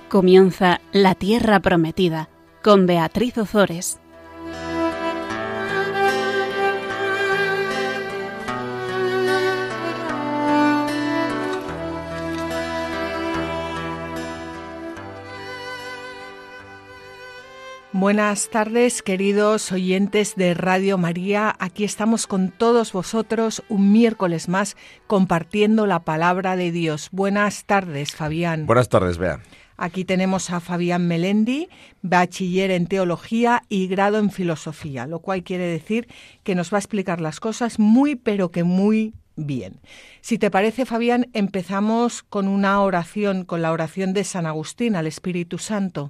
Comienza La Tierra Prometida con Beatriz Ozores. Buenas tardes, queridos oyentes de Radio María. Aquí estamos con todos vosotros un miércoles más compartiendo la palabra de Dios. Buenas tardes, Fabián. Buenas tardes, Bea. Aquí tenemos a Fabián Melendi, bachiller en Teología y grado en Filosofía, lo cual quiere decir que nos va a explicar las cosas muy, pero que muy bien. Si te parece, Fabián, empezamos con una oración, con la oración de San Agustín al Espíritu Santo.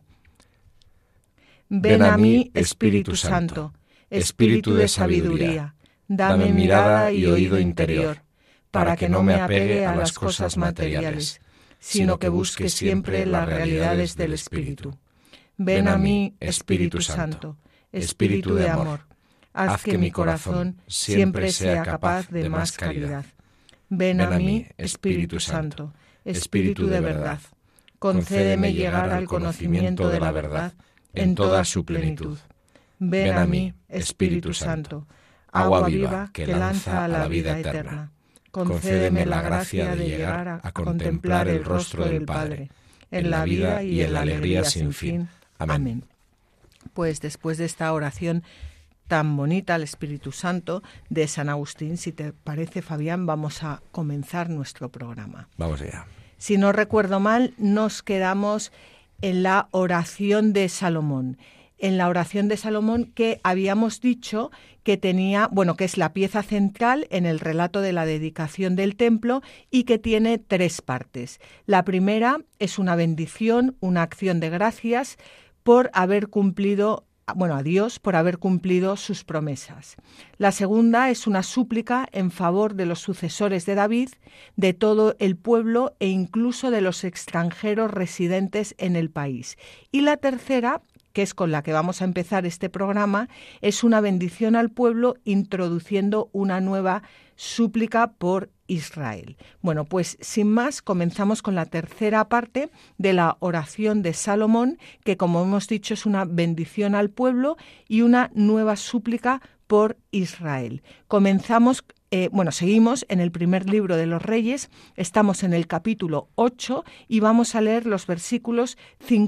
Ven a mí, Espíritu Santo, Espíritu de sabiduría, dame mirada y oído interior, para que no me apegue a las cosas materiales, sino que busque siempre las realidades del Espíritu. Ven a mí, Espíritu Santo, Espíritu de amor, haz que mi corazón siempre sea capaz de más caridad. Ven a mí, Espíritu Santo, Espíritu de verdad, concédeme llegar al conocimiento de la verdad en toda su plenitud. Ven a mí, Espíritu Santo, agua viva que lanza a la vida eterna. Concédeme la gracia de llegar a contemplar el rostro del Padre, en la vida y en la alegría sin fin. Amén. Pues después de esta oración tan bonita al Espíritu Santo de San Agustín, si te parece, Fabián, vamos a comenzar nuestro programa. Vamos allá. Si no recuerdo mal, nos quedamos en la oración de Salomón. En la oración de Salomón que habíamos dicho que tenía, que es la pieza central en el relato de la dedicación del templo y que tiene 3 partes. La primera es una bendición, una acción de gracias por haber cumplido, a Dios por haber cumplido sus promesas. La segunda es una súplica en favor de los sucesores de David, de todo el pueblo e incluso de los extranjeros residentes en el país. Y la tercera, que es con la que vamos a empezar este programa, es una bendición al pueblo introduciendo una nueva súplica por Israel. Bueno, pues sin más, comenzamos con la tercera parte de la oración de Salomón, que como hemos dicho es una bendición al pueblo y una nueva súplica por Israel. Seguimos en el primer libro de los Reyes, estamos en el capítulo 8 y vamos a leer los versículos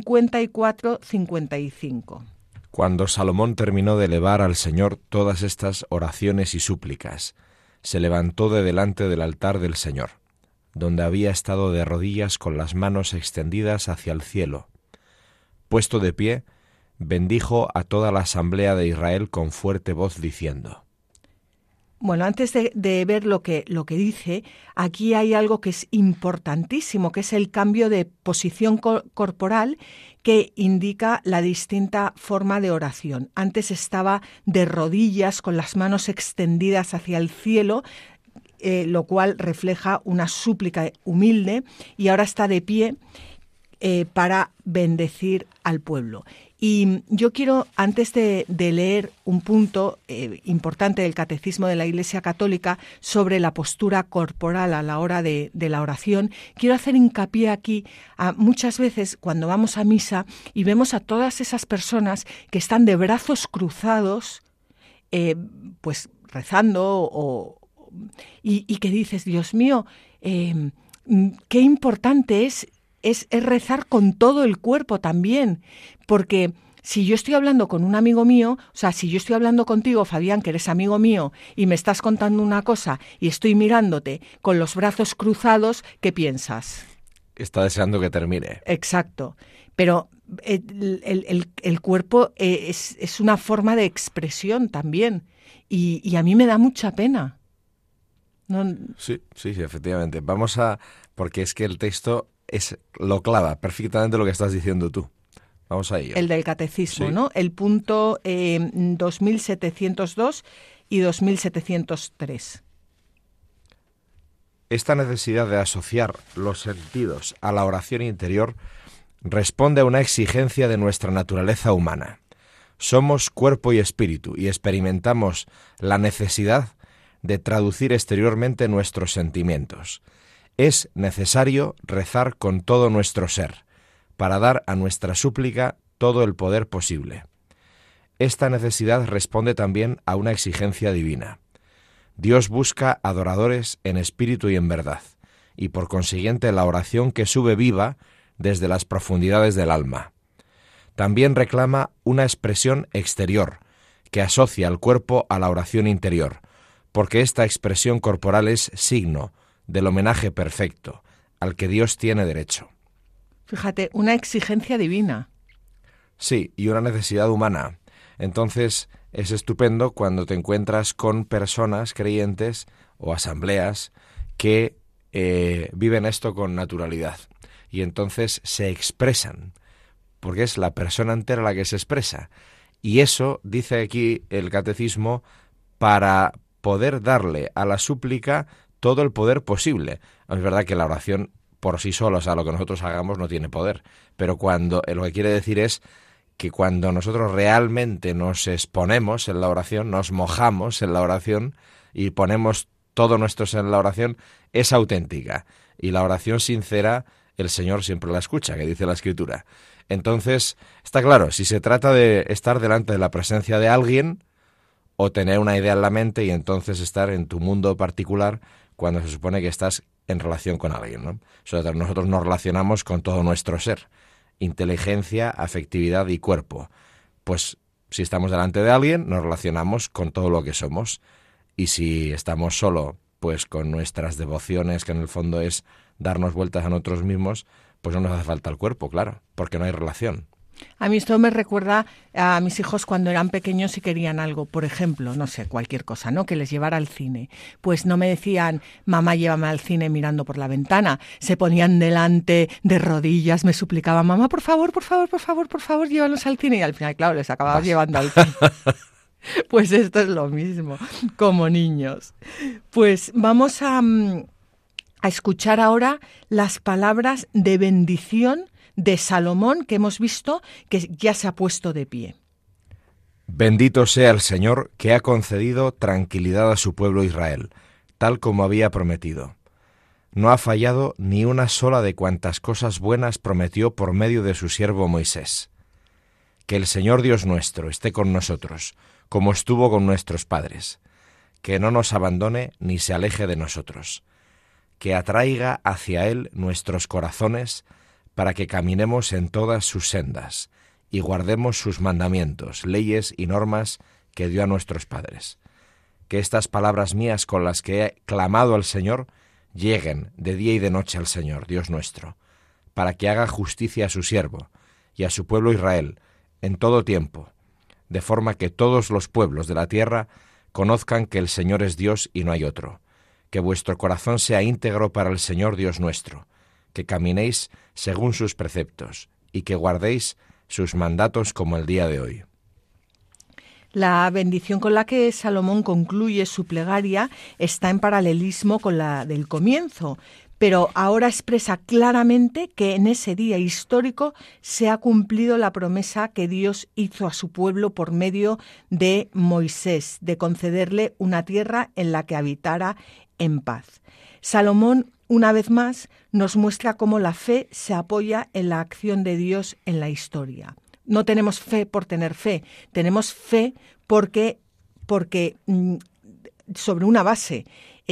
54-55. Cuando Salomón terminó de elevar al Señor todas estas oraciones y súplicas, se levantó de delante del altar del Señor, donde había estado de rodillas con las manos extendidas hacia el cielo. Puesto de pie, bendijo a toda la asamblea de Israel con fuerte voz diciendo. Bueno, antes de ver lo que dice, aquí hay algo que es importantísimo, que es el cambio de posición corporal que indica la distinta forma de oración. Antes estaba de rodillas con las manos extendidas hacia el cielo, lo cual refleja una súplica humilde, y ahora está de pie para bendecir al pueblo. Y yo quiero, antes de leer un punto importante del Catecismo de la Iglesia Católica sobre la postura corporal a la hora de la oración, quiero hacer hincapié aquí a muchas veces cuando vamos a misa y vemos a todas esas personas que están de brazos cruzados, pues rezando y que dices, Dios mío, qué importante es rezar con todo el cuerpo también, porque si yo estoy hablando con un amigo mío, si yo estoy hablando contigo, Fabián, que eres amigo mío, y me estás contando una cosa y estoy mirándote con los brazos cruzados, ¿qué piensas? Está deseando que termine. Exacto, pero el cuerpo es una forma de expresión también, y a mí me da mucha pena. ¿No? Sí, efectivamente. Porque es que el texto lo clava perfectamente lo que estás diciendo tú. Vamos a ello. El del catecismo, sí. ¿no? El punto 2702 y 2703. Esta necesidad de asociar los sentidos a la oración interior responde a una exigencia de nuestra naturaleza humana. Somos cuerpo y espíritu y experimentamos la necesidad de traducir exteriormente nuestros sentimientos. Es necesario rezar con todo nuestro ser, para dar a nuestra súplica todo el poder posible. Esta necesidad responde también a una exigencia divina. Dios busca adoradores en espíritu y en verdad, y por consiguiente la oración que sube viva desde las profundidades del alma. También reclama una expresión exterior, que asocia al cuerpo a la oración interior, porque esta expresión corporal es signo del homenaje perfecto al que Dios tiene derecho. Fíjate, una exigencia divina. Sí, y una necesidad humana. Entonces, es estupendo cuando te encuentras con personas creyentes o asambleas que viven esto con naturalidad y entonces se expresan, porque es la persona entera la que se expresa. Y eso, dice aquí el catecismo, para poder darle a la súplica todo el poder posible. Es verdad que la oración por sí sola, o sea, lo que nosotros hagamos no tiene poder, pero cuando lo que quiere decir es que cuando nosotros realmente nos exponemos en la oración, nos mojamos en la oración y ponemos todo nuestro ser en la oración, es auténtica. Y la oración sincera, el Señor siempre la escucha, que dice la Escritura. Entonces, está claro, si se trata de estar delante de la presencia de alguien o tener una idea en la mente y entonces estar en tu mundo particular cuando se supone que estás en relación con alguien, ¿no? O sea, nosotros nos relacionamos con todo nuestro ser, inteligencia, afectividad y cuerpo. Pues si estamos delante de alguien, nos relacionamos con todo lo que somos. Y si estamos solo, pues con nuestras devociones, que en el fondo es darnos vueltas a nosotros mismos, pues no nos hace falta el cuerpo, claro, porque no hay relación. A mí esto me recuerda a mis hijos cuando eran pequeños y querían algo, por ejemplo, no sé, cualquier cosa, ¿no? Que les llevara al cine. Pues no me decían, mamá, llévame al cine mirando por la ventana. Se ponían delante de rodillas, me suplicaban, mamá, por favor, llévanos al cine. Y al final, claro, les acababa llevando al cine. Pues esto es lo mismo, como niños. Pues vamos a escuchar ahora las palabras de bendición de Salomón, que hemos visto que ya se ha puesto de pie. Bendito sea el Señor, que ha concedido tranquilidad a su pueblo Israel, tal como había prometido. No ha fallado ni una sola de cuantas cosas buenas prometió por medio de su siervo Moisés. Que el Señor Dios nuestro esté con nosotros, como estuvo con nuestros padres. Que no nos abandone ni se aleje de nosotros. Que atraiga hacia Él nuestros corazones, para que caminemos en todas sus sendas y guardemos sus mandamientos, leyes y normas que dio a nuestros padres. Que estas palabras mías con las que he clamado al Señor lleguen de día y de noche al Señor, Dios nuestro, para que haga justicia a su siervo y a su pueblo Israel en todo tiempo, de forma que todos los pueblos de la tierra conozcan que el Señor es Dios y no hay otro. Que vuestro corazón sea íntegro para el Señor Dios nuestro, que caminéis según sus preceptos y que guardéis sus mandatos como el día de hoy. La bendición con la que Salomón concluye su plegaria está en paralelismo con la del comienzo, pero ahora expresa claramente que en ese día histórico se ha cumplido la promesa que Dios hizo a su pueblo por medio de Moisés, de concederle una tierra en la que habitara en paz. Salomón, una vez más, nos muestra cómo la fe se apoya en la acción de Dios en la historia. No tenemos fe por tener fe, tenemos fe porque sobre una base.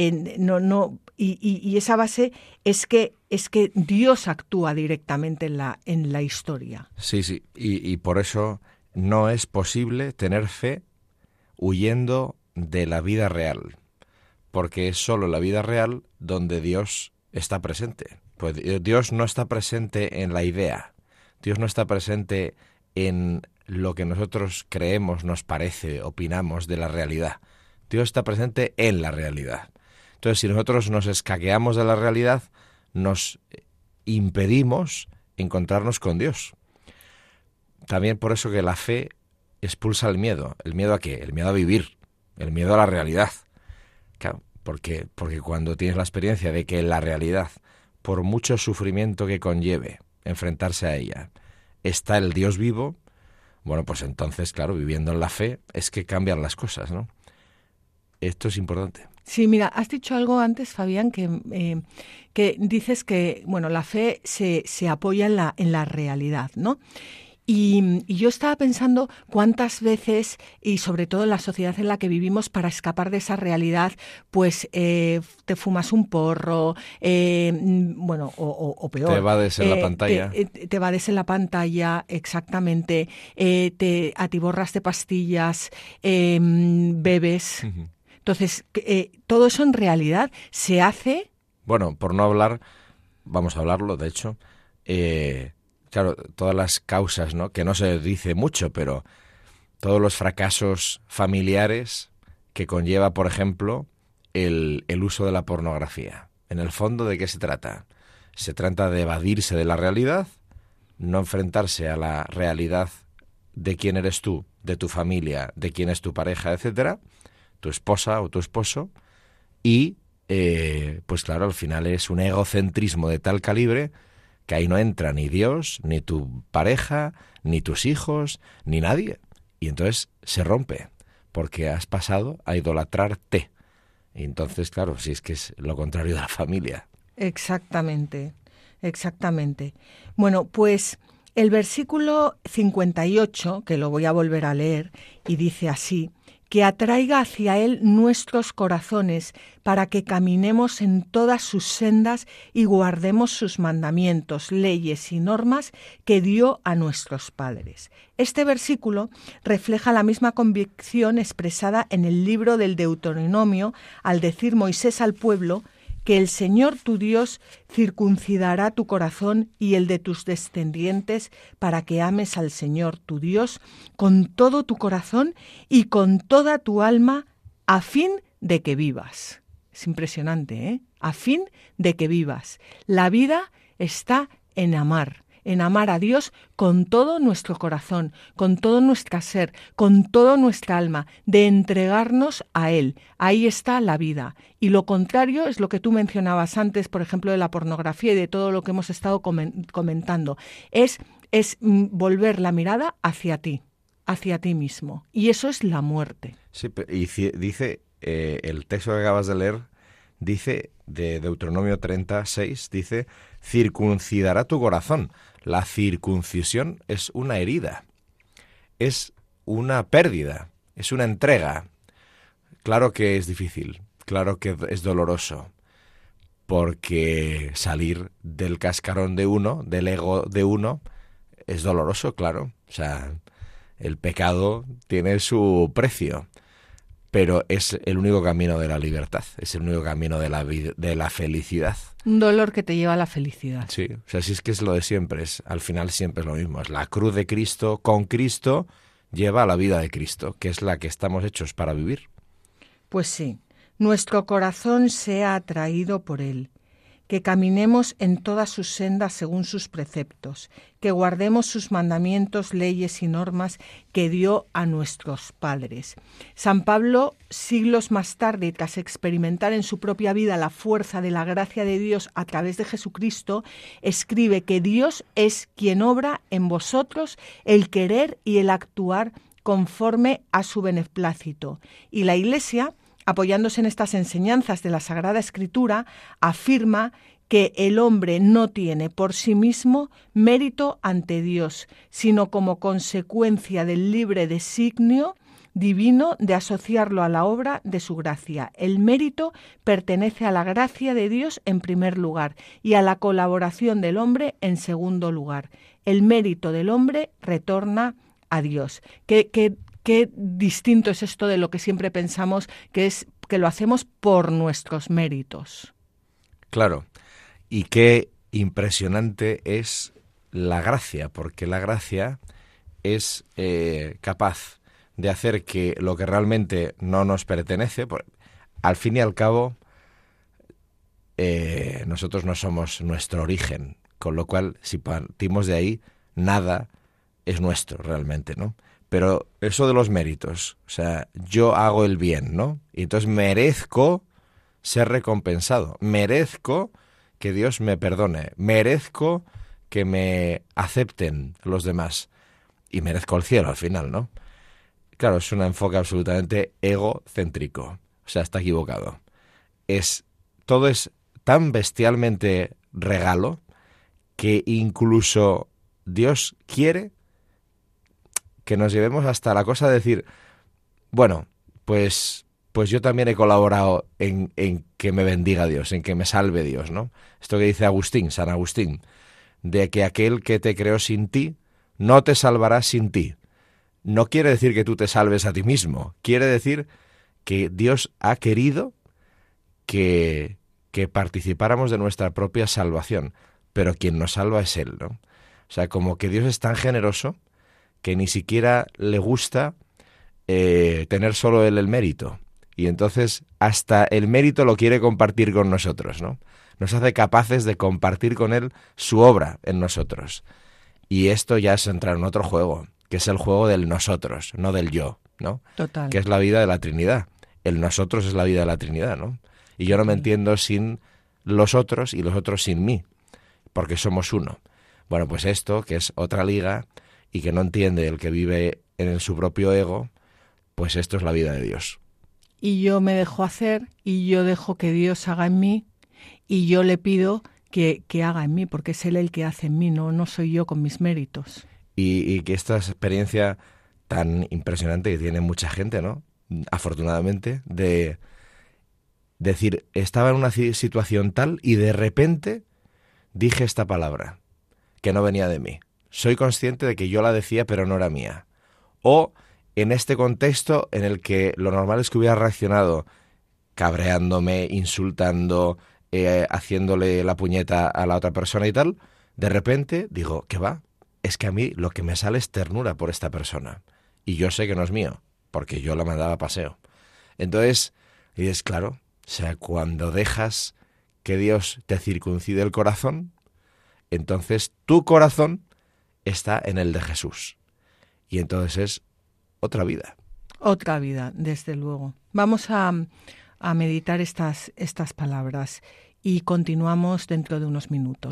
Y esa base es que Dios actúa directamente en la historia. Sí, y por eso no es posible tener fe huyendo de la vida real, porque es solo la vida real donde Dios está presente. Pues Dios no está presente en la idea, Dios no está presente en lo que nosotros creemos, nos parece, opinamos de la realidad. Dios está presente en la realidad. Entonces, si nosotros nos escaqueamos de la realidad, nos impedimos encontrarnos con Dios. También por eso que la fe expulsa el miedo. ¿El miedo a qué? El miedo a vivir, el miedo a la realidad. Claro, porque cuando tienes la experiencia de que la realidad, por mucho sufrimiento que conlleve enfrentarse a ella, está el Dios vivo, bueno, pues entonces, claro, viviendo en la fe es que cambian las cosas, ¿no? Esto es importante. Sí, mira, has dicho algo antes, Fabián, que dices que, bueno, la fe se apoya en la realidad, ¿no? Y yo estaba pensando cuántas veces, y sobre todo en la sociedad en la que vivimos, para escapar de esa realidad, pues te fumas un porro, bueno, o peor. Te evades en la pantalla. Te evades en la pantalla, exactamente. Te atiborras de pastillas, bebes. Ujú. Entonces, todo eso en realidad se hace. Bueno, por no hablar, vamos a hablarlo, de hecho, claro, todas las causas, ¿no? Que no se dice mucho, pero todos los fracasos familiares que conlleva, por ejemplo, el uso de la pornografía. En el fondo, ¿de qué se trata? Se trata de evadirse de la realidad, no enfrentarse a la realidad de quién eres tú, de tu familia, de quién es tu pareja, etcétera, tu esposa o tu esposo, y pues claro, al final es un egocentrismo de tal calibre que ahí no entra ni Dios, ni tu pareja, ni tus hijos, ni nadie. Y entonces se rompe, porque has pasado a idolatrarte. Y entonces, claro, si es que es lo contrario de la familia. Exactamente, exactamente. Bueno, pues el versículo 58, que lo voy a volver a leer, y dice así: que atraiga hacia Él nuestros corazones, para que caminemos en todas sus sendas y guardemos sus mandamientos, leyes y normas que dio a nuestros padres. Este versículo refleja la misma convicción expresada en el libro del Deuteronomio al decir Moisés al pueblo que el Señor tu Dios circuncidará tu corazón y el de tus descendientes para que ames al Señor tu Dios con todo tu corazón y con toda tu alma, a fin de que vivas. Es impresionante, ¿eh? A fin de que vivas. La vida está en amar a Dios con todo nuestro corazón, con todo nuestro ser, con toda nuestra alma, de entregarnos a Él. Ahí está la vida. Y lo contrario es lo que tú mencionabas antes, por ejemplo, de la pornografía y de todo lo que hemos estado comentando. Es volver la mirada hacia ti mismo. Y eso es la muerte. Sí, y dice, el texto que acabas de leer, dice, de Deuteronomio 36, dice, circuncidará tu corazón. La circuncisión es una herida, es una pérdida, es una entrega. Claro que es difícil, claro que es doloroso, porque salir del cascarón de uno, del ego de uno, es doloroso, claro. O sea, el pecado tiene su precio, pero es el único camino de la libertad, es el único camino de la felicidad. Un dolor que te lleva a la felicidad. Sí, o sea, si es que es lo de siempre, al final siempre es lo mismo. Es la cruz de Cristo, con Cristo, lleva a la vida de Cristo, que es la que estamos hechos para vivir. Pues sí, nuestro corazón sea atraído por Él, que caminemos en todas sus sendas según sus preceptos, que guardemos sus mandamientos, leyes y normas que dio a nuestros padres. San Pablo, siglos más tarde, tras experimentar en su propia vida la fuerza de la gracia de Dios a través de Jesucristo, escribe que Dios es quien obra en vosotros el querer y el actuar conforme a su beneplácito. Y la Iglesia, apoyándose en estas enseñanzas de la Sagrada Escritura, afirma que el hombre no tiene por sí mismo mérito ante Dios, sino como consecuencia del libre designio divino de asociarlo a la obra de su gracia. El mérito pertenece a la gracia de Dios en primer lugar y a la colaboración del hombre en segundo lugar. El mérito del hombre retorna a Dios. Qué distinto es esto de lo que siempre pensamos, que es que lo hacemos por nuestros méritos. Claro, y qué impresionante es la gracia, porque la gracia es capaz de hacer que lo que realmente no nos pertenece, al fin y al cabo, nosotros no somos nuestro origen, con lo cual, si partimos de ahí, nada es nuestro realmente, ¿no? Pero eso de los méritos, o sea, yo hago el bien, ¿no? Y entonces merezco ser recompensado, merezco que Dios me perdone, merezco que me acepten los demás y merezco el cielo al final, ¿no? Claro, es un enfoque absolutamente egocéntrico, o sea, está equivocado. todo es tan bestialmente regalo que incluso Dios quiere que nos llevemos hasta la cosa de decir, bueno, pues yo también he colaborado en que me bendiga Dios, en que me salve Dios, ¿no? Esto que dice Agustín, San Agustín, de que aquel que te creó sin ti, no te salvará sin ti. No quiere decir que tú te salves a ti mismo, quiere decir que Dios ha querido que participáramos de nuestra propia salvación, pero quien nos salva es Él, ¿no? O sea, como que Dios es tan generoso que ni siquiera le gusta tener solo Él el mérito. Y entonces hasta el mérito lo quiere compartir con nosotros, ¿no? Nos hace capaces de compartir con Él su obra en nosotros. Y esto ya es entrar en otro juego, que es el juego del nosotros, no del yo, ¿no? Total. Que es la vida de la Trinidad. El nosotros es la vida de la Trinidad, ¿no? Y yo no me entiendo sin los otros y los otros sin mí, porque somos uno. Bueno, pues esto, que es otra liga y que no entiende el que vive en su propio ego, pues esto es la vida de Dios. Y yo me dejo hacer y yo dejo que Dios haga en mí y yo le pido que haga en mí, porque es Él el que hace en mí, no soy yo con mis méritos. Y que esta experiencia tan impresionante que tiene mucha gente, ¿no? Afortunadamente, de decir, estaba en una situación tal y de repente dije esta palabra, que no venía de mí. Soy consciente de que yo la decía, pero no era mía. O en este contexto en el que lo normal es que hubiera reaccionado cabreándome, insultando, haciéndole la puñeta a la otra persona y tal, de repente digo, ¿qué va? Es que a mí lo que me sale es ternura por esta persona. Y yo sé que no es mío, porque yo la mandaba a paseo. Entonces, y es claro, o sea, cuando dejas que Dios te circuncide el corazón, entonces tu corazón está en el de Jesús. Y entonces es otra vida. Otra vida, desde luego. Vamos a meditar estas palabras y continuamos dentro de unos minutos.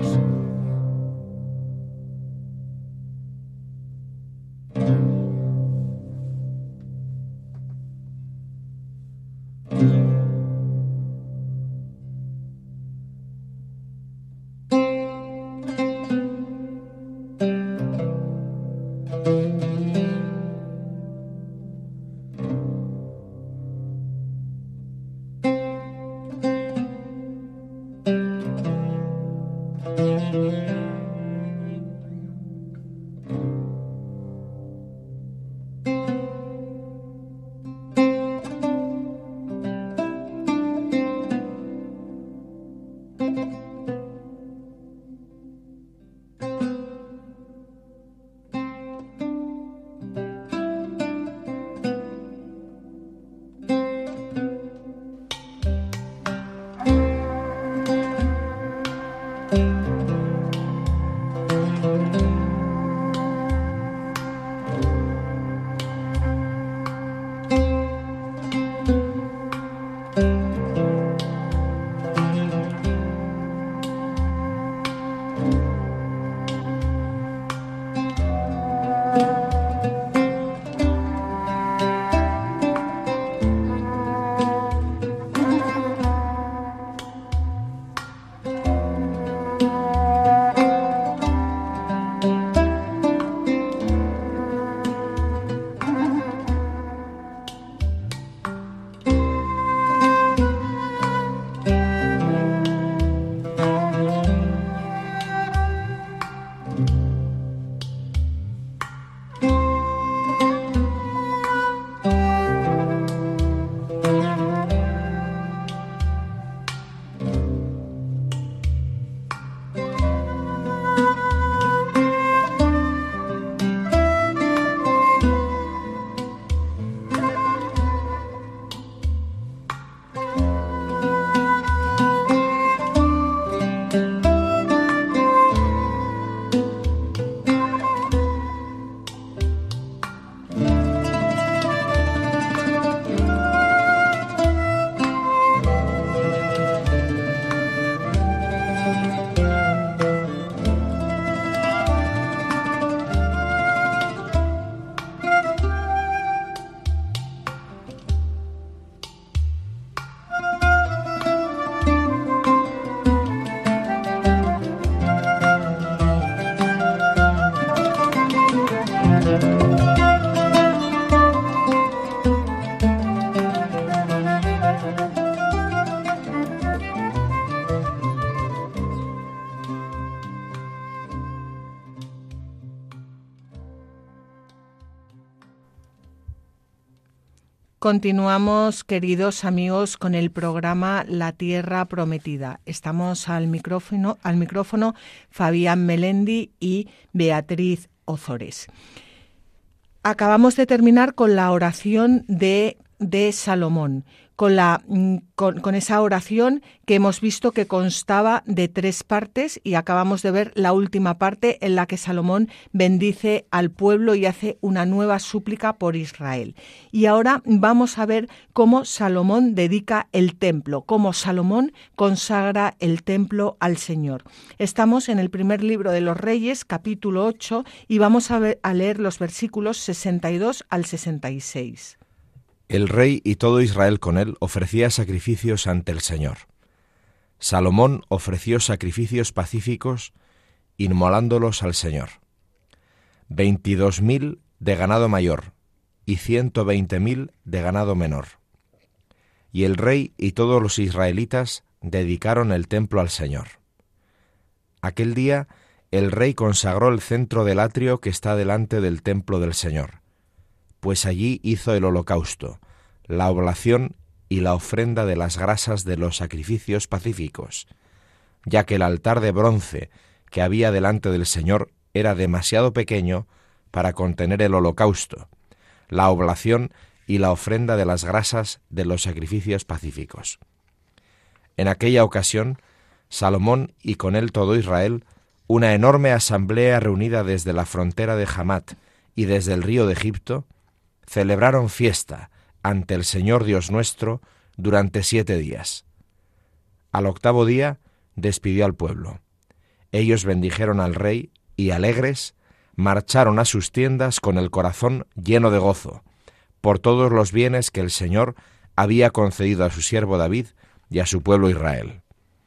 Continuamos, queridos amigos, con el programa La Tierra Prometida. Estamos al micrófono Fabián Melendi y Beatriz Ozores. Acabamos de terminar con la oración de Salomón, con esa oración que hemos visto que constaba de 3 partes, y acabamos de ver la última parte en la que Salomón bendice al pueblo y hace una nueva súplica por Israel. Y ahora vamos a ver cómo Salomón dedica el templo, cómo Salomón consagra el templo al Señor. Estamos en el primer libro de los Reyes, capítulo 8, y vamos a leer los versículos 62 al 66. El rey y todo Israel con él ofrecía sacrificios ante el Señor. Salomón ofreció sacrificios pacíficos, inmolándolos al Señor. 22.000 de ganado mayor y 120.000 de ganado menor. Y el rey y todos los israelitas dedicaron el templo al Señor. Aquel día el rey consagró el centro del atrio que está delante del templo del Señor, pues allí hizo el holocausto, la oblación y la ofrenda de las grasas de los sacrificios pacíficos, ya que el altar de bronce que había delante del Señor era demasiado pequeño para contener el holocausto, la oblación y la ofrenda de las grasas de los sacrificios pacíficos. En aquella ocasión, Salomón y con él todo Israel, una enorme asamblea reunida desde la frontera de Hamat y desde el río de Egipto, celebraron fiesta ante el Señor Dios nuestro durante 7 días. Al 8º día despidió al pueblo. Ellos bendijeron al rey y, alegres, marcharon a sus tiendas con el corazón lleno de gozo, por todos los bienes que el Señor había concedido a su siervo David y a su pueblo Israel.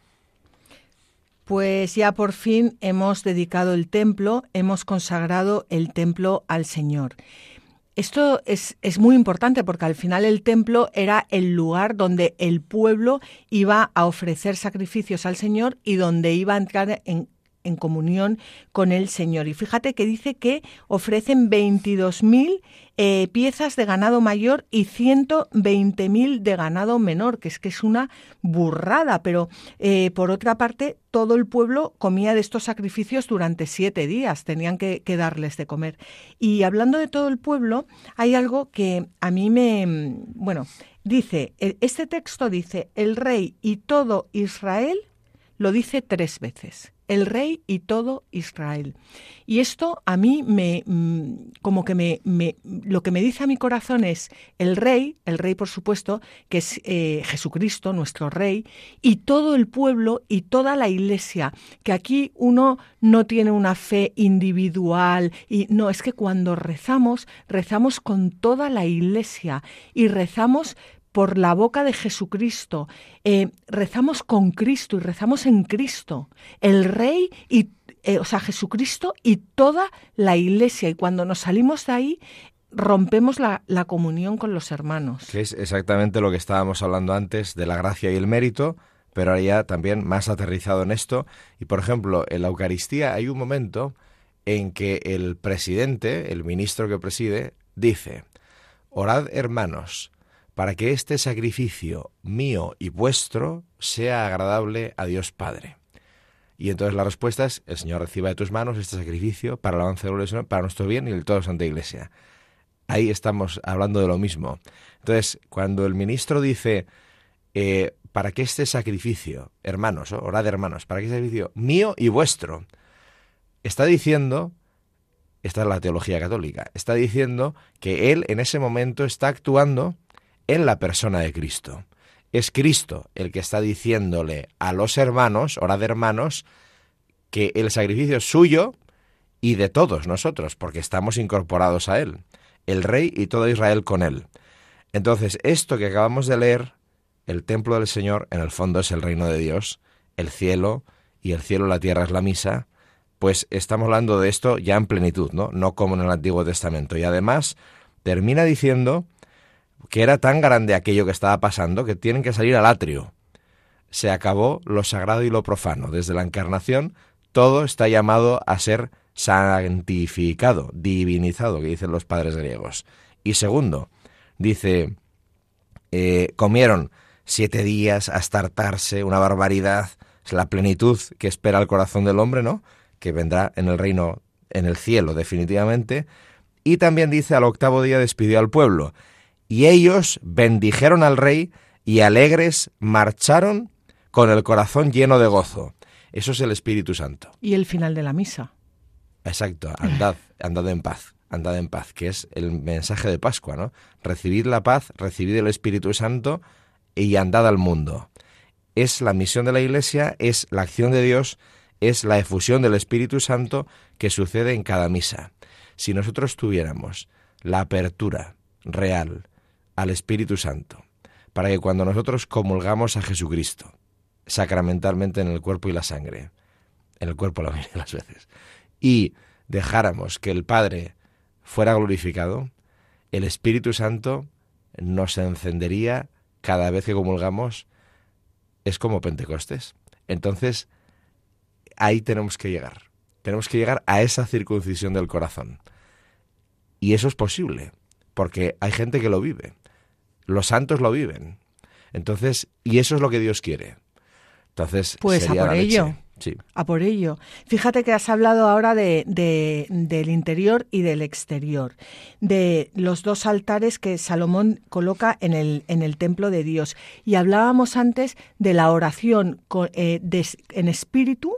Pues ya por fin hemos dedicado el templo, hemos consagrado el templo al Señor. Esto es muy importante porque al final el templo era el lugar donde el pueblo iba a ofrecer sacrificios al Señor y donde iba a entrar en comunión con el Señor. Y fíjate que dice que ofrecen 22.000 piezas de ganado mayor y 120.000 de ganado menor, que es una burrada, pero por otra parte todo el pueblo comía de estos sacrificios durante 7 días, tenían que darles de comer. Y hablando de todo el pueblo, hay algo que a mí dice, este texto dice, el rey y todo Israel, lo dice 3 veces. El rey y todo Israel. Y esto a mí lo que me dice a mi corazón es el rey por supuesto, que es Jesucristo, nuestro rey, y todo el pueblo y toda la iglesia, que aquí uno no tiene una fe individual, y no, es que cuando rezamos con toda la iglesia y rezamos por la boca de Jesucristo, rezamos con Cristo y rezamos en Cristo, el Rey y Jesucristo y toda la Iglesia. Y cuando nos salimos de ahí, rompemos la comunión con los hermanos. Que es exactamente lo que estábamos hablando antes de la gracia y el mérito, pero ahora ya también más aterrizado en esto. Y por ejemplo, en la Eucaristía hay un momento en que el presidente, el ministro que preside, dice: orad, hermanos, para que este sacrificio mío y vuestro sea agradable a Dios Padre. Y entonces la respuesta es: el Señor reciba de tus manos este sacrificio para la alabanza y gloria del Señor, para nuestro bien y el de toda la Santa Iglesia. Ahí estamos hablando de lo mismo. Entonces, cuando el ministro dice, para que este sacrificio, hermanos, orad hermanos, para que este sacrificio mío y vuestro, está diciendo, esta es la teología católica, está diciendo que él en ese momento está actuando en la persona de Cristo. Es Cristo el que está diciéndole a los hermanos, orad hermanos, que el sacrificio es suyo y de todos nosotros, porque estamos incorporados a él, el Rey y todo Israel con él. Entonces, esto que acabamos de leer, el templo del Señor, en el fondo es el reino de Dios, el cielo, y el cielo, la tierra es la misa, pues estamos hablando de esto ya en plenitud, ¿no? No como en el Antiguo Testamento. Y además termina diciendo que era tan grande aquello que estaba pasando que tienen que salir al atrio. Se acabó lo sagrado y lo profano. Desde la encarnación todo está llamado a ser santificado, divinizado, que dicen los padres griegos. Y segundo, dice, comieron 7 días hasta hartarse, una barbaridad, es la plenitud que espera el corazón del hombre, ¿no? Que vendrá en el reino, en el cielo definitivamente. Y también dice, al 8º día despidió al pueblo. Y ellos bendijeron al rey y alegres marcharon con el corazón lleno de gozo. Eso es el Espíritu Santo. Y el final de la misa. Exacto, andad en paz, que es el mensaje de Pascua, ¿no? Recibid la paz, recibid el Espíritu Santo y andad al mundo. Es la misión de la Iglesia, es la acción de Dios, es la efusión del Espíritu Santo que sucede en cada misa. Si nosotros tuviéramos la apertura real al Espíritu Santo, para que cuando nosotros comulgamos a Jesucristo, sacramentalmente en el cuerpo y la sangre, en el cuerpo la mayoría de las veces, y dejáramos que el Padre fuera glorificado, el Espíritu Santo nos encendería cada vez que comulgamos. Es como Pentecostés. Entonces, ahí tenemos que llegar. Tenemos que llegar a esa circuncisión del corazón. Y eso es posible, porque hay gente que lo vive. Los santos lo viven. Entonces, y eso es lo que Dios quiere. Entonces, pues sería a por la ello. leche. Sí. A por ello. Fíjate que has hablado ahora del interior y del exterior, de los 2 altares que Salomón coloca en el templo de Dios. Y hablábamos antes de la oración en espíritu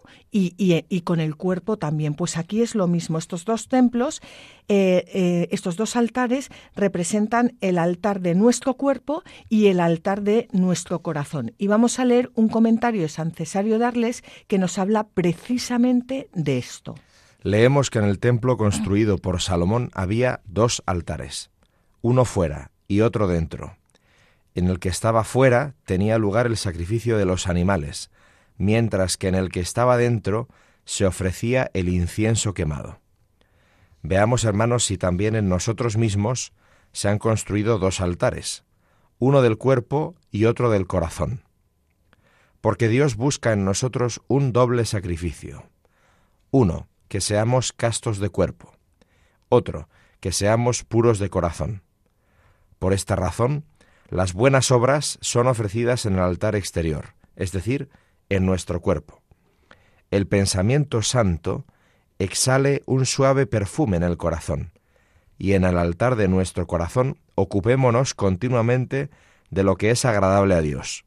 y con el cuerpo también. Pues aquí es lo mismo. Estos 2 templos, estos 2 altares representan el altar de nuestro cuerpo y el altar de nuestro corazón. Y vamos a leer un comentario de San Cesario d'Arles que nos habla precisamente de esto. Leemos que en el templo construido por Salomón había 2 altares, uno fuera y otro dentro. En el que estaba fuera tenía lugar el sacrificio de los animales, mientras que en el que estaba dentro se ofrecía el incienso quemado. Veamos, hermanos, si también en nosotros mismos se han construido 2 altares, uno del cuerpo y otro del corazón. Porque Dios busca en nosotros un doble sacrificio. Uno, que seamos castos de cuerpo. Otro, que seamos puros de corazón. Por esta razón, las buenas obras son ofrecidas en el altar exterior, es decir, en nuestro cuerpo. El pensamiento santo exhale un suave perfume en el corazón, y en el altar de nuestro corazón ocupémonos continuamente de lo que es agradable a Dios.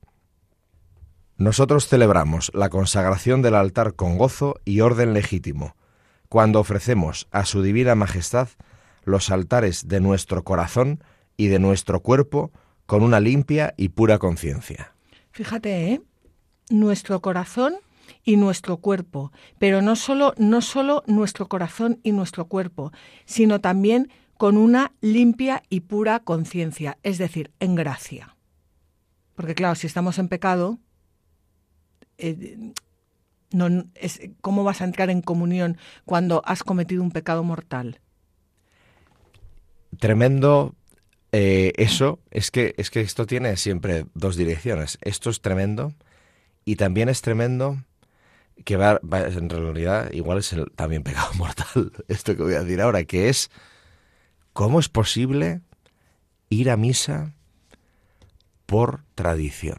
Nosotros celebramos la consagración del altar con gozo y orden legítimo, cuando ofrecemos a su divina majestad los altares de nuestro corazón y de nuestro cuerpo con una limpia y pura conciencia. Fíjate, nuestro corazón y nuestro cuerpo, pero no solo nuestro corazón y nuestro cuerpo, sino también con una limpia y pura conciencia, es decir, en gracia. Porque claro, si estamos en pecado, ¿cómo vas a entrar en comunión cuando has cometido un pecado mortal? Tremendo. Eso es que esto tiene siempre 2 direcciones. Esto es tremendo y también es tremendo que va en realidad igual es también pecado mortal, esto que voy a decir ahora, que es ¿cómo es posible ir a misa por tradición?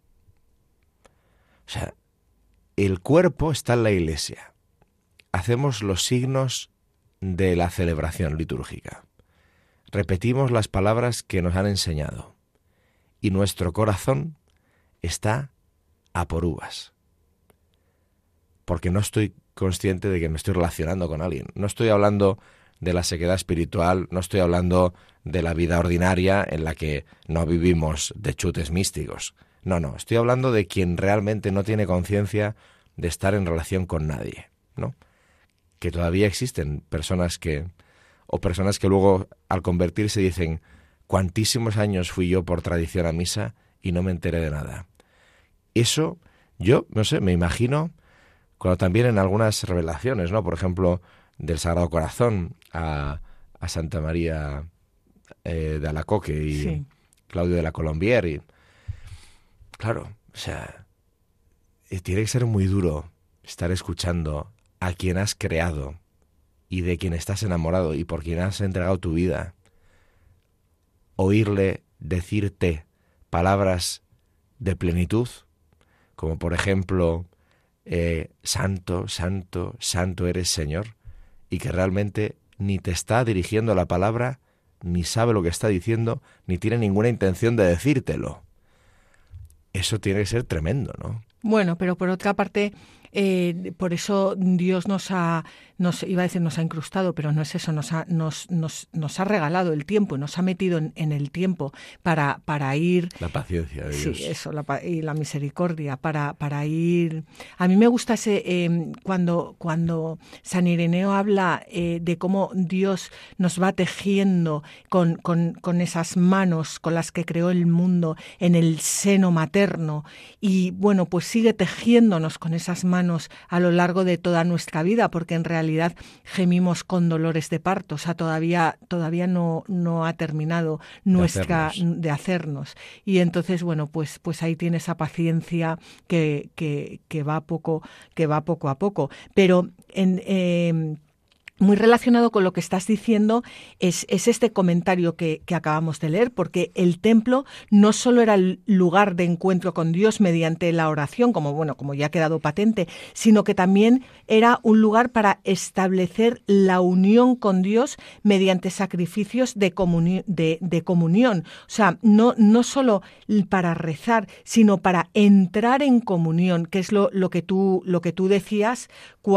O sea, el cuerpo está en la iglesia. Hacemos los signos de la celebración litúrgica. Repetimos las palabras que nos han enseñado. Y nuestro corazón está a por uvas. Porque no estoy consciente de que me estoy relacionando con alguien. No estoy hablando de la sequedad espiritual, no estoy hablando de la vida ordinaria en la que no vivimos de chutes místicos. No, estoy hablando de quien realmente no tiene conciencia de estar en relación con nadie, ¿no? Que todavía existen personas que luego al convertirse dicen, cuantísimos años fui yo por tradición a misa y no me enteré de nada. Eso, yo, no sé, me imagino Cuando también en algunas revelaciones, ¿no? Por ejemplo, del Sagrado Corazón a Santa María de Alacoque y Sí. Claudio de la Colombière. Y, claro, o sea, tiene que ser muy duro estar escuchando a quien has creado y de quien estás enamorado y por quien has entregado tu vida. Oírle decirte palabras de plenitud, como por ejemplo, santo, santo, santo eres Señor, y que realmente ni te está dirigiendo la palabra, ni sabe lo que está diciendo, ni tiene ninguna intención de decírtelo. Eso tiene que ser tremendo, ¿no? Bueno, pero por otra parte, por eso Dios nos ha incrustado, pero no es eso, nos ha regalado el tiempo, nos ha metido en el tiempo para ir... La paciencia de Dios. Sí, eso, y la misericordia, para ir... A mí me gusta cuando San Ireneo habla de cómo Dios nos va tejiendo con esas manos con las que creó el mundo en el seno materno, y bueno, pues sigue tejiéndonos con esas manos a lo largo de toda nuestra vida, porque en realidad gemimos con dolores de parto, o sea, todavía no ha terminado de hacernos. Y entonces, bueno, pues ahí tiene esa paciencia que va poco a poco. Pero muy relacionado con lo que estás diciendo es este comentario que acabamos de leer, porque el templo no solo era el lugar de encuentro con Dios mediante la oración, como ya ha quedado patente, sino que también era un lugar para establecer la unión con Dios mediante sacrificios de comunión. O sea, no solo para rezar, sino para entrar en comunión, que es lo que tú decías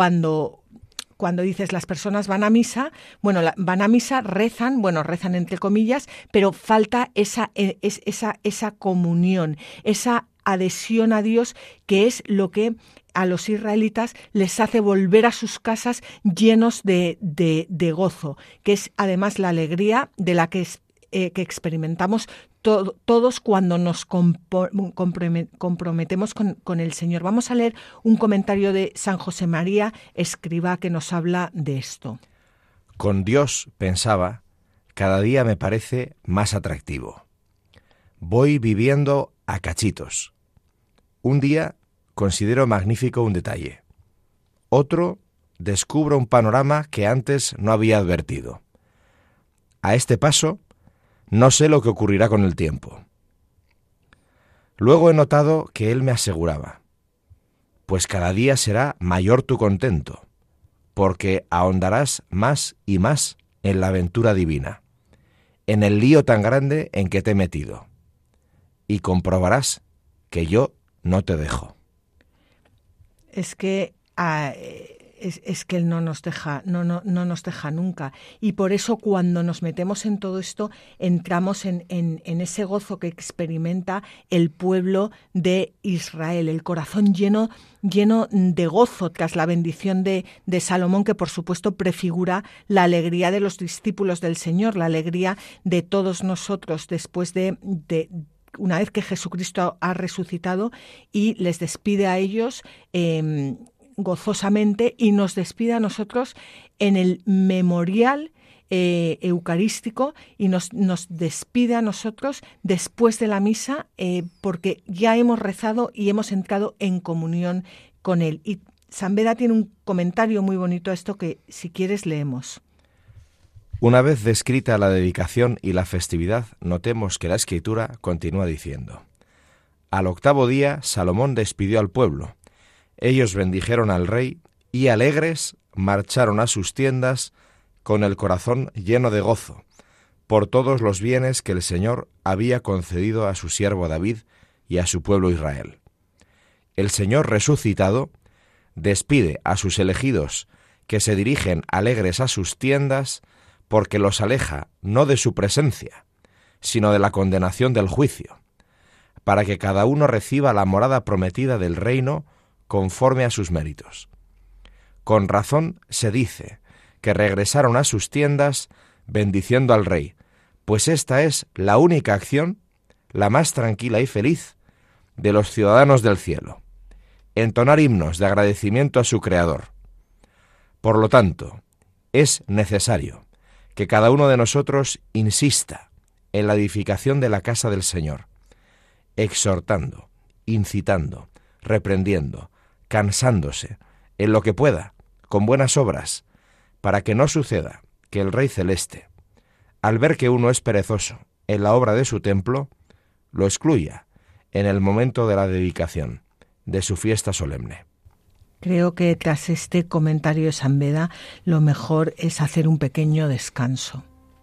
cuando dices las personas van a misa, bueno, van a misa, rezan entre comillas, pero falta esa comunión, esa adhesión a Dios, que es lo que a los israelitas les hace volver a sus casas llenos de gozo, que es además la alegría de la que experimentamos todos cuando nos comprometemos con el Señor. Vamos a leer un comentario de San José María Escrivá que nos habla de esto. Con Dios, pensaba, cada día me parece más atractivo. Voy viviendo a cachitos. Un día considero magnífico un detalle. Otro, descubro un panorama que antes no había advertido. A este paso, no sé lo que ocurrirá con el tiempo. Luego he notado que él me aseguraba, pues cada día será mayor tu contento, porque ahondarás más y más en la aventura divina, en el lío tan grande en que te he metido, y comprobarás que yo no te dejo. Es que es que Él no nos deja nunca. Y por eso cuando nos metemos en todo esto, entramos en ese gozo que experimenta el pueblo de Israel, el corazón lleno de gozo tras la bendición de Salomón, que por supuesto prefigura la alegría de los discípulos del Señor, la alegría de todos nosotros después de una vez que Jesucristo ha resucitado y les despide a ellos gozosamente, y nos despide a nosotros en el memorial eucarístico, y nos despide a nosotros después de la misa, porque ya hemos rezado y hemos entrado en comunión con Él. Y San Beda tiene un comentario muy bonito a esto que, si quieres, leemos. Una vez descrita la dedicación y la festividad, notemos que la Escritura continúa diciendo: al octavo día Salomón despidió al pueblo. Ellos bendijeron al rey y alegres marcharon a sus tiendas con el corazón lleno de gozo por todos los bienes que el Señor había concedido a su siervo David y a su pueblo Israel. El Señor resucitado despide a sus elegidos que se dirigen alegres a sus tiendas, porque los aleja no de su presencia, sino de la condenación del juicio, para que cada uno reciba la morada prometida del reino conforme a sus méritos. Con razón se dice que regresaron a sus tiendas bendiciendo al rey, pues esta es la única acción, la más tranquila y feliz, de los ciudadanos del cielo. entonar himnos de agradecimiento a su Creador. Por lo tanto, es necesario que cada uno de nosotros insista en la edificación de la casa del Señor, exhortando, incitando, reprendiendo, cansándose, en lo que pueda, con buenas obras, para que no suceda que el Rey Celeste, al ver que uno es perezoso en la obra de su templo, lo excluya en el momento de la dedicación de su fiesta solemne. Creo que tras este comentario de San Beda, lo mejor es hacer un pequeño descanso.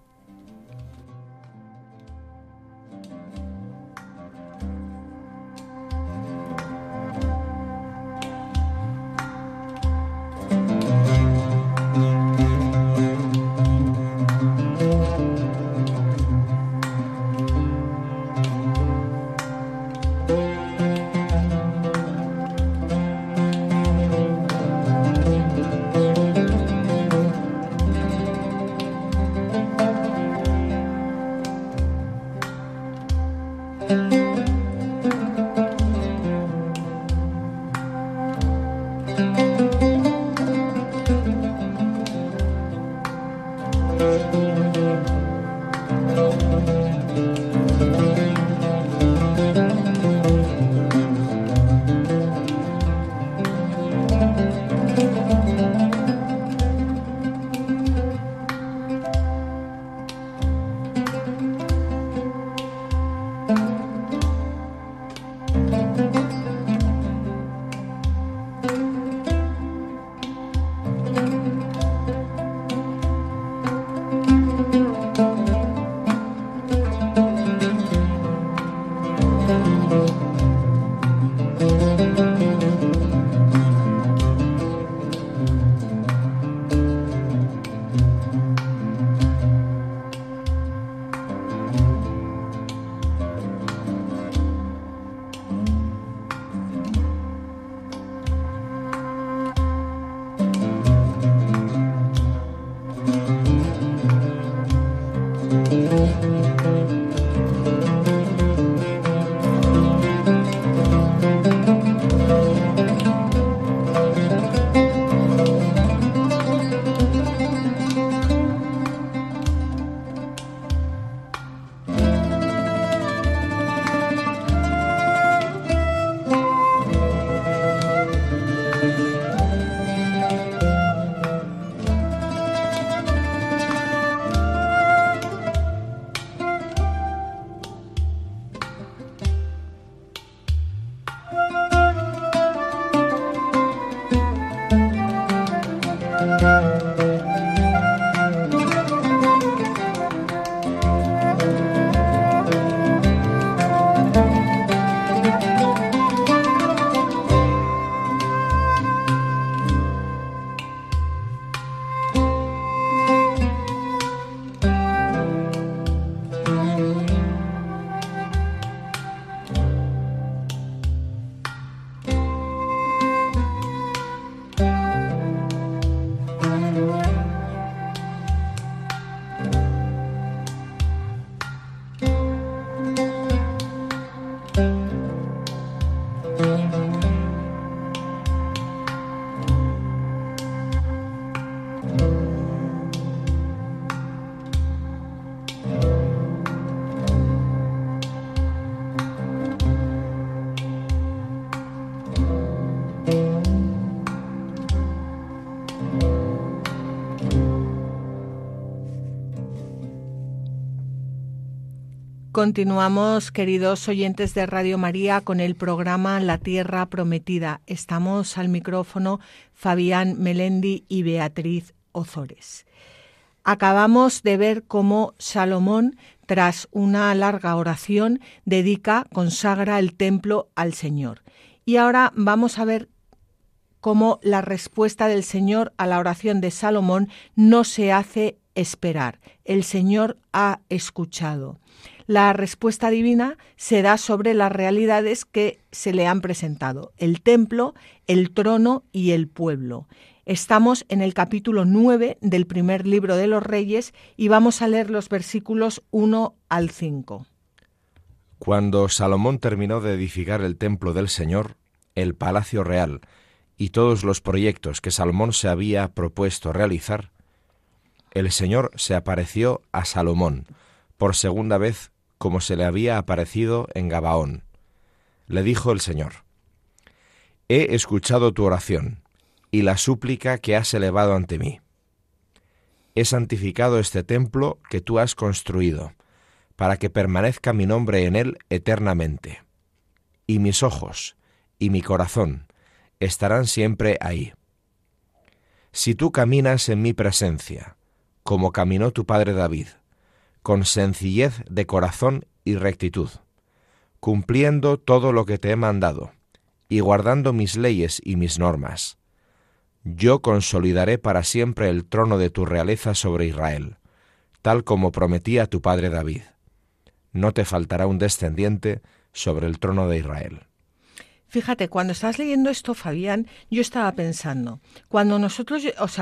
Continuamos, queridos oyentes de Radio María, con el programa La Tierra Prometida. Estamos al micrófono Fabián Melendi y Beatriz Ozores. Acabamos de ver cómo Salomón, tras una larga oración, consagra el templo al Señor. Y ahora vamos a ver cómo la respuesta del Señor a la oración de Salomón no se hace esperar. El Señor ha escuchado. La respuesta divina se da sobre las realidades que se le han presentado: el templo, el trono y el pueblo. Estamos en el capítulo 9 del primer libro de los Reyes y vamos a leer los versículos 1 al 5. Cuando Salomón terminó de edificar el templo del Señor, el palacio real y todos los proyectos que Salomón se había propuesto realizar, el Señor se apareció a Salomón por segunda vez como se le había aparecido en Gabaón. Le dijo el Señor: «He escuchado tu oración y la súplica que has elevado ante mí. He santificado este templo que tú has construido, para que permanezca mi nombre en él eternamente. Y mis ojos y mi corazón estarán siempre ahí. Si tú caminas en mi presencia, como caminó tu padre David, con sencillez de corazón y rectitud, cumpliendo todo lo que te he mandado, y guardando mis leyes y mis normas, yo consolidaré para siempre el trono de tu realeza sobre Israel, tal como prometí a tu padre David. No te faltará un descendiente sobre el trono de Israel». Fíjate, cuando estás leyendo esto, Fabián, yo estaba pensando, cuando nosotros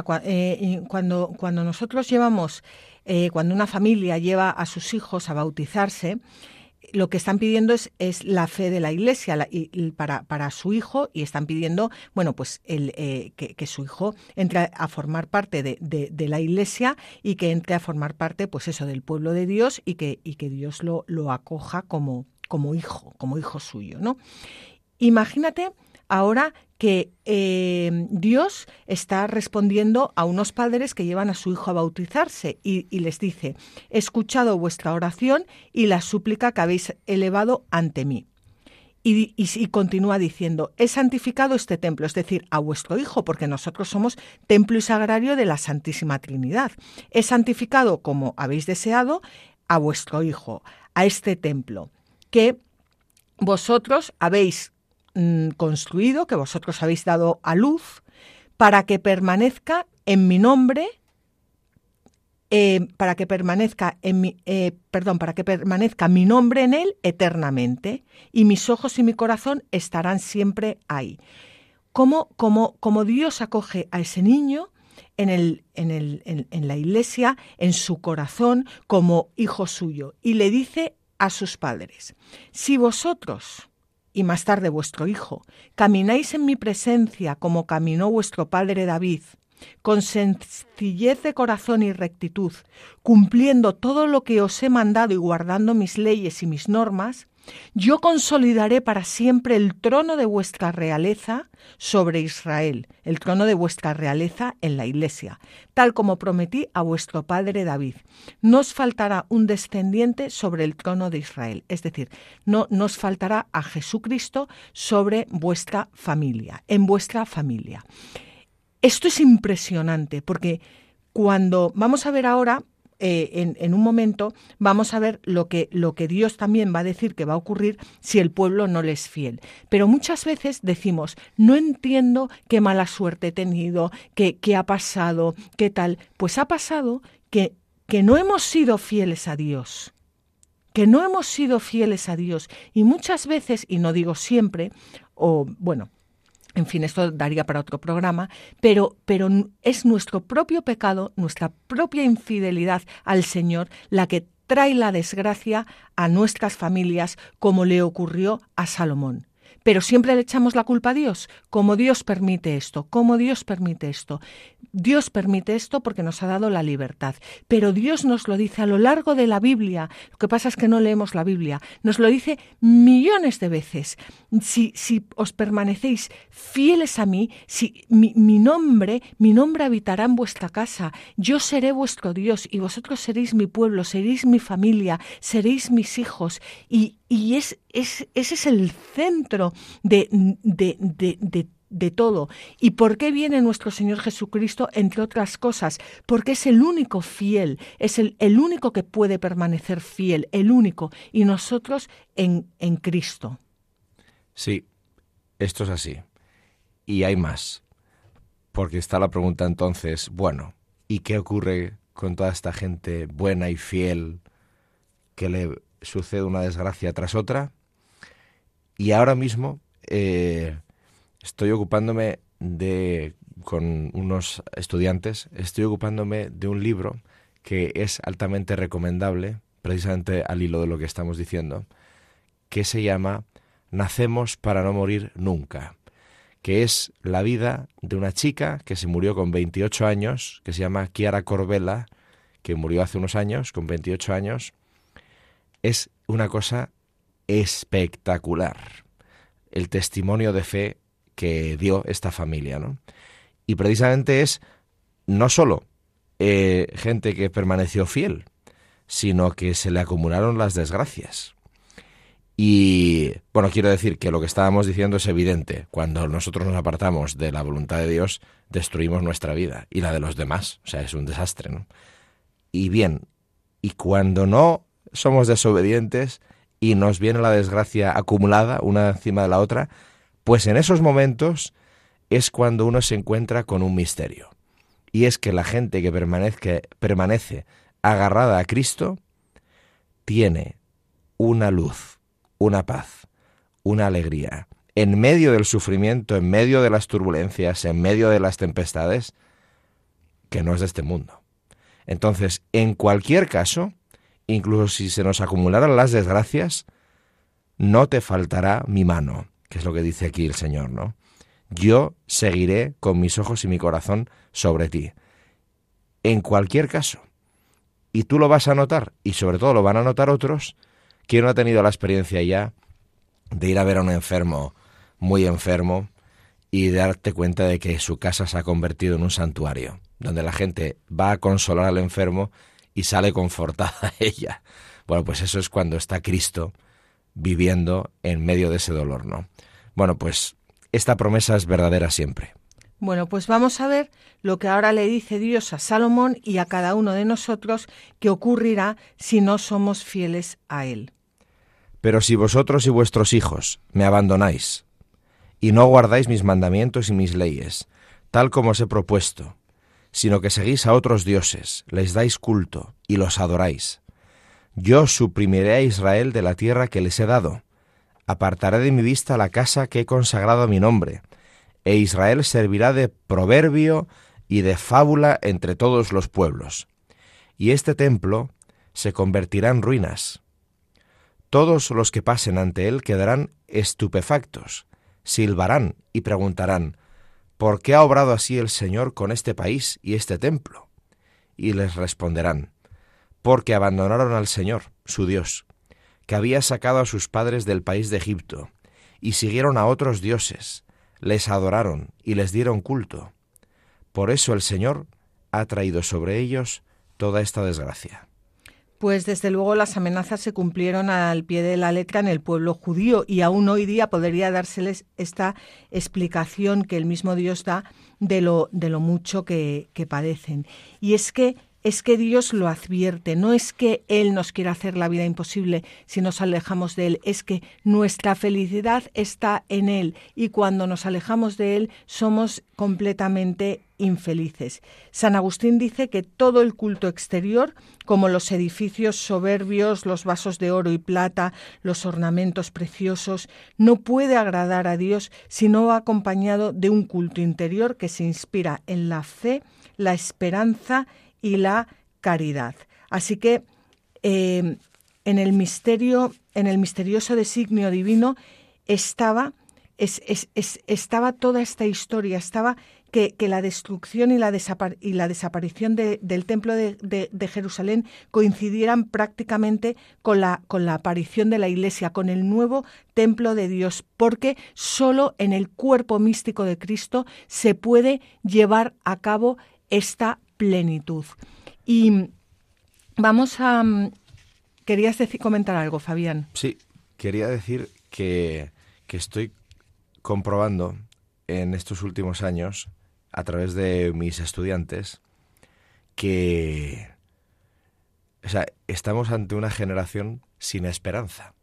llevamos, cuando una familia lleva a sus hijos a bautizarse, lo que están pidiendo es la fe de la Iglesia para su hijo, y están pidiendo, bueno, pues que su hijo entre a formar parte de la Iglesia y que entre a formar parte, pues eso, del pueblo de Dios, y que Dios lo acoja como hijo suyo, ¿no? Imagínate ahora que Dios está respondiendo a unos padres que llevan a su hijo a bautizarse y les dice: «He escuchado vuestra oración y la súplica que habéis elevado ante mí». Y continúa diciendo: «He santificado este templo», es decir, a vuestro hijo, porque nosotros somos templo y sagrario de la Santísima Trinidad. «He santificado, como habéis deseado, a vuestro hijo, a este templo que vosotros habéis construido, que vosotros habéis dado a luz, para que permanezca en mi nombre, para que permanezca mi nombre en él eternamente, y mis ojos y mi corazón estarán siempre ahí». Como Dios acoge a ese niño en la Iglesia, en su corazón, como hijo suyo, y le dice a sus padres: «Si vosotros, y más tarde vuestro hijo, camináis en mi presencia como caminó vuestro padre David, con sencillez de corazón y rectitud, cumpliendo todo lo que os he mandado y guardando mis leyes y mis normas, yo consolidaré para siempre el trono de vuestra realeza sobre Israel, el trono de vuestra realeza en la Iglesia, tal como prometí a vuestro padre David. No os faltará un descendiente sobre el trono de Israel», es decir, no nos faltará a Jesucristo sobre vuestra familia, en vuestra familia. Esto es impresionante, porque cuando vamos a ver ahora, en un momento, vamos a ver lo que Dios también va a decir que va a ocurrir si el pueblo no le es fiel. Pero muchas veces decimos: «No entiendo qué mala suerte he tenido, qué ha pasado, qué tal». Pues ha pasado que no hemos sido fieles a Dios. Que no hemos sido fieles a Dios. Y muchas veces, y no digo siempre, en fin, esto daría para otro programa, pero es nuestro propio pecado, nuestra propia infidelidad al Señor, la que trae la desgracia a nuestras familias, como le ocurrió a Salomón. Pero siempre le echamos la culpa a Dios. ¿Cómo Dios permite esto? ¿Cómo Dios permite esto? Dios permite esto porque nos ha dado la libertad. Pero Dios nos lo dice a lo largo de la Biblia. Lo que pasa es que no leemos la Biblia. Nos lo dice millones de veces. Si os permanecéis fieles a mí, si mi nombre habitará en vuestra casa. Yo seré vuestro Dios y vosotros seréis mi pueblo, seréis mi familia, seréis mis hijos. Y ese es el centro de todo. ¿Y por qué viene nuestro Señor Jesucristo? Entre otras cosas, porque es el único fiel, es el único que puede permanecer fiel, el único, y nosotros en Cristo. Sí, esto es así. Y hay más. Porque está la pregunta entonces, bueno, ¿y qué ocurre con toda esta gente buena y fiel que le sucede una desgracia tras otra? Y ahora mismo estoy ocupándome con unos estudiantes, estoy ocupándome de un libro que es altamente recomendable, precisamente al hilo de lo que estamos diciendo, que se llama Nacemos para no morir nunca, que es la vida de una chica que se murió con 28 años, que se llama Chiara Corbella, que murió hace unos años, con 28 años. Es una cosa espectacular el testimonio de fe que dio esta familia, ¿no? Y precisamente es no solo gente que permaneció fiel, sino que se le acumularon las desgracias. Y, bueno, quiero decir que lo que estábamos diciendo es evidente. Cuando nosotros nos apartamos de la voluntad de Dios, destruimos nuestra vida y la de los demás. O sea, es un desastre, ¿no? Y bien, y cuando no somos desobedientes y nos viene la desgracia acumulada una encima de la otra, pues en esos momentos es cuando uno se encuentra con un misterio. Y es que la gente que permanece agarrada a Cristo tiene una luz, una paz, una alegría. En medio del sufrimiento, en medio de las turbulencias, en medio de las tempestades, que no es de este mundo. Entonces, en cualquier caso, incluso si se nos acumularan las desgracias, no te faltará mi mano, que es lo que dice aquí el Señor, ¿no? Yo seguiré con mis ojos y mi corazón sobre ti. En cualquier caso. Y tú lo vas a notar, y sobre todo lo van a notar otros. ¿Quién no ha tenido la experiencia ya de ir a ver a un enfermo, muy enfermo, y darte cuenta de que su casa se ha convertido en un santuario, donde la gente va a consolar al enfermo y sale confortada ella? Bueno, pues eso es cuando está Cristo viviendo en medio de ese dolor, ¿no? Bueno, pues esta promesa es verdadera siempre. Bueno, pues vamos a ver lo que ahora le dice Dios a Salomón y a cada uno de nosotros que ocurrirá si no somos fieles a Él. Pero si vosotros y vuestros hijos me abandonáis y no guardáis mis mandamientos y mis leyes, tal como os he propuesto, sino que seguís a otros dioses, les dais culto y los adoráis, yo suprimiré a Israel de la tierra que les he dado, apartaré de mi vista la casa que he consagrado a mi nombre, e Israel servirá de proverbio y de fábula entre todos los pueblos. Y este templo se convertirá en ruinas. Todos los que pasen ante él quedarán estupefactos, silbarán y preguntarán, ¿por qué ha obrado así el Señor con este país y este templo? Y les responderán, porque abandonaron al Señor, su Dios, que había sacado a sus padres del país de Egipto, y siguieron a otros dioses, les adoraron y les dieron culto. Por eso el Señor ha traído sobre ellos toda esta desgracia. Pues desde luego las amenazas se cumplieron al pie de la letra en el pueblo judío y aún hoy día podría dárseles esta explicación que el mismo Dios da de lo mucho que padecen. Y es que Dios lo advierte, no es que Él nos quiera hacer la vida imposible si nos alejamos de Él, es que nuestra felicidad está en Él y cuando nos alejamos de Él somos completamente infelices. San Agustín dice que todo el culto exterior, como los edificios soberbios, los vasos de oro y plata, los ornamentos preciosos, no puede agradar a Dios si no va acompañado de un culto interior que se inspira en la fe, la esperanza y la caridad. Así que en el misterioso designio divino estaba toda esta historia, estaba que la destrucción y la desaparición del templo de Jerusalén coincidieran prácticamente con la aparición de la Iglesia, con el nuevo templo de Dios, porque solo en el cuerpo místico de Cristo se puede llevar a cabo esta plenitud. Y vamos a... ¿Querías comentar algo, Fabián? Sí, quería decir que estoy comprobando en estos últimos años, a través de mis estudiantes, que estamos ante una generación sin esperanza.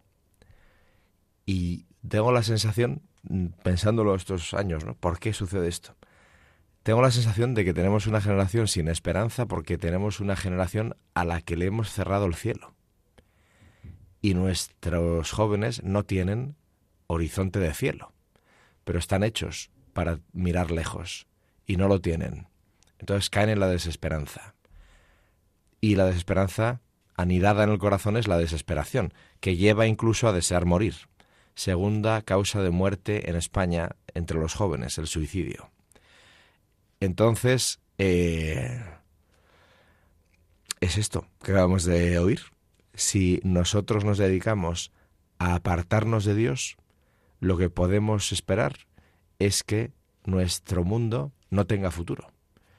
Y tengo la sensación, pensándolo estos años, ¿no? ¿Por qué sucede esto? Tengo la sensación de que tenemos una generación sin esperanza porque tenemos una generación a la que le hemos cerrado el cielo. Y nuestros jóvenes no tienen horizonte de cielo, pero están hechos para mirar lejos y no lo tienen. Entonces caen en la desesperanza. Y la desesperanza anidada en el corazón es la desesperación, que lleva incluso a desear morir. segunda causa de muerte en España entre los jóvenes, el suicidio. Entonces, es esto que acabamos de oír. Si nosotros nos dedicamos a apartarnos de Dios, lo que podemos esperar es que nuestro mundo no tenga futuro.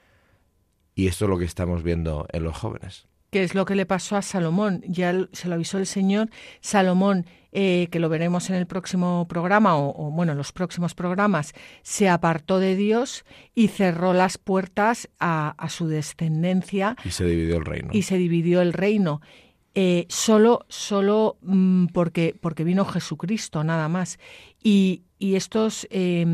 Y esto es lo que estamos viendo en los jóvenes. ¿Qué es lo que le pasó a Salomón? Ya se lo avisó el Señor. Salomón, que lo veremos en el próximo programa, o en los próximos programas, se apartó de Dios y cerró las puertas a su descendencia. Y se dividió el reino. Solo porque vino Jesucristo, nada más. Y estos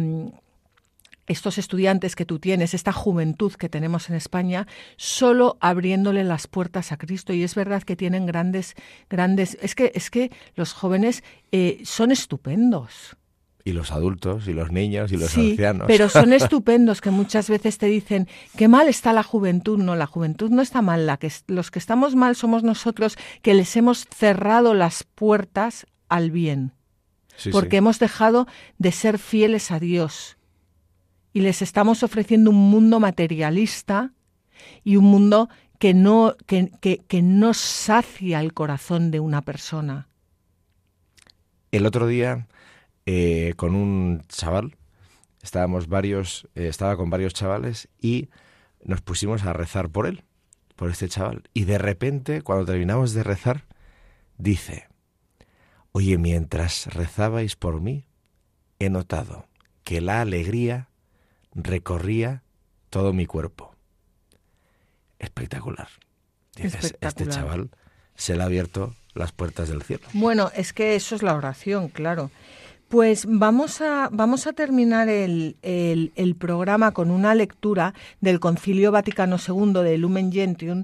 estudiantes que tú tienes, esta juventud que tenemos en España, solo abriéndole las puertas a Cristo. Y es verdad que tienen grandes... Es que los jóvenes son estupendos. Y los adultos, y los niños, y los ancianos. Pero son estupendos, que muchas veces te dicen, qué mal está la juventud. No, la juventud no está mal. Los que estamos mal somos nosotros, que les hemos cerrado las puertas al bien. Porque hemos dejado de ser fieles a Dios. Y les estamos ofreciendo un mundo materialista y un mundo que no sacia el corazón de una persona. El otro día, con un chaval, estaba con varios chavales y nos pusimos a rezar por él, por este chaval. Y de repente, cuando terminamos de rezar, dice, oye, mientras rezabais por mí, he notado que la alegría recorría todo mi cuerpo. Espectacular. Dices, este chaval se le ha abierto las puertas del cielo. Bueno, es que eso es la oración, claro. Pues vamos a terminar el programa con una lectura del Concilio Vaticano II de Lumen Gentium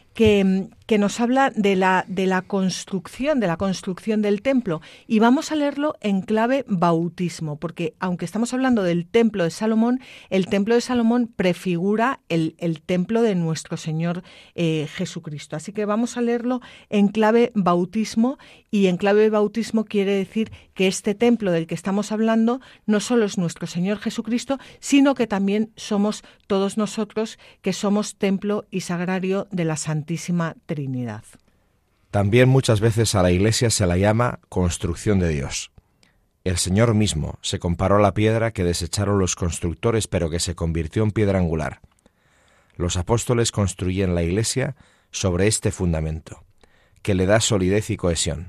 que nos habla de la construcción del templo, y vamos a leerlo en clave bautismo, porque aunque estamos hablando del templo de Salomón, el templo de Salomón prefigura el templo de nuestro Señor Jesucristo. Así que vamos a leerlo en clave bautismo, y en clave bautismo quiere decir que este templo del que estamos hablando no solo es nuestro Señor Jesucristo, sino que también somos todos nosotros, que somos templo y sagrario de la Santísima Trinidad. También muchas veces a la Iglesia se la llama construcción de Dios. El Señor mismo se comparó a la piedra que desecharon los constructores, pero que se convirtió en piedra angular. Los apóstoles construyen la Iglesia sobre este fundamento, que le da solidez y cohesión.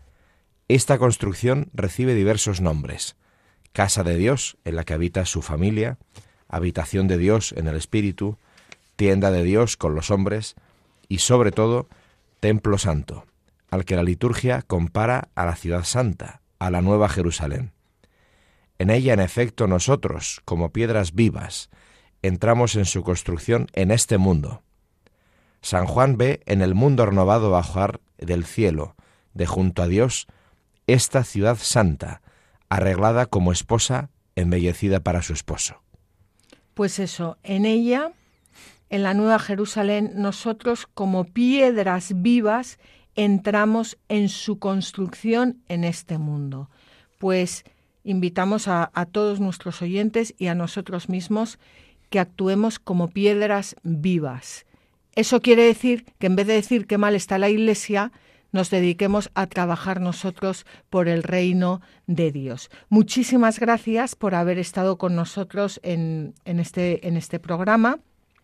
Esta construcción recibe diversos nombres: casa de Dios, en la que habita su familia; habitación de Dios en el Espíritu; tienda de Dios con los hombres; y sobre todo, templo santo, al que la liturgia compara a la ciudad santa, a la Nueva Jerusalén. En ella, en efecto, nosotros, como piedras vivas, entramos en su construcción en este mundo. San Juan ve en el mundo renovado bajar del cielo, de junto a Dios, esta ciudad santa, arreglada como esposa, embellecida para su esposo. Pues eso, en ella, en la Nueva Jerusalén, nosotros como piedras vivas entramos en su construcción en este mundo. Pues invitamos a todos nuestros oyentes y a nosotros mismos que actuemos como piedras vivas. Eso quiere decir que en vez de decir qué mal está la Iglesia, nos dediquemos a trabajar nosotros por el reino de Dios. Muchísimas gracias por haber estado con nosotros en este programa.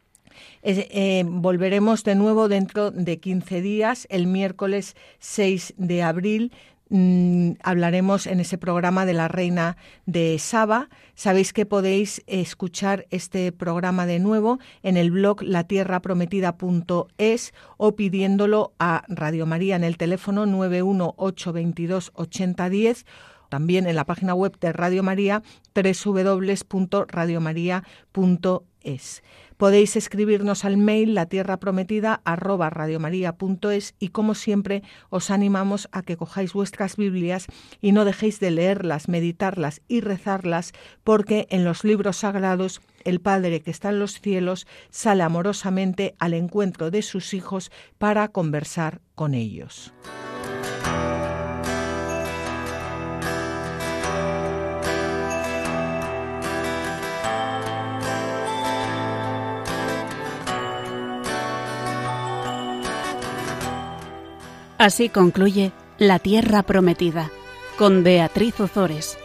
Volveremos de nuevo dentro de 15 días, el miércoles 6 de abril. Hablaremos en ese programa de la Reina de Saba. Sabéis que podéis escuchar este programa de nuevo en el blog latierraprometida.es o pidiéndolo a Radio María en el teléfono 918228010, también en la página web de Radio María, www.radiomaria.es. Podéis escribirnos al mail latierraprometida@radiomaria.es, y como siempre os animamos a que cojáis vuestras Biblias y no dejéis de leerlas, meditarlas y rezarlas, porque en los libros sagrados el Padre que está en los cielos sale amorosamente al encuentro de sus hijos para conversar con ellos. Así concluye La Tierra Prometida, con Beatriz Ozores.